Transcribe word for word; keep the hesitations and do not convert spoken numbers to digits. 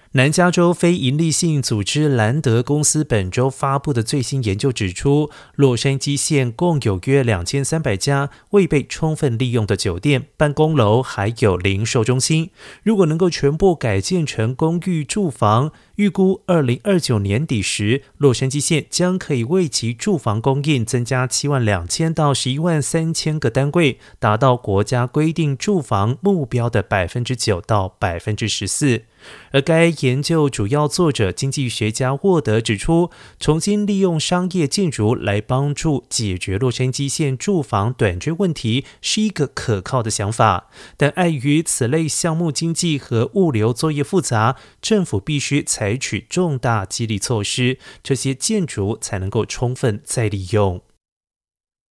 南加州非营利性组织兰德公司本周发布的最新研究指出，洛杉矶县共有约两千三百家未被充分利用的酒店、办公楼还有零售中心。如果能够全部改建成公寓住房，预估二零二九年底时，洛杉矶县将可以为其住房供应增加七万两千到十一万三千个单柜，达到国家规定住房目标的百分之九到百分之十四。而该研究主要作者经济学家沃德指出，重新利用商业建筑来帮助解决洛杉矶县住房短缺问题是一个可靠的想法，但碍于此类项目经济和物流作业复杂，政府必须采取重大激励措施，这些建筑才能够充分再利用。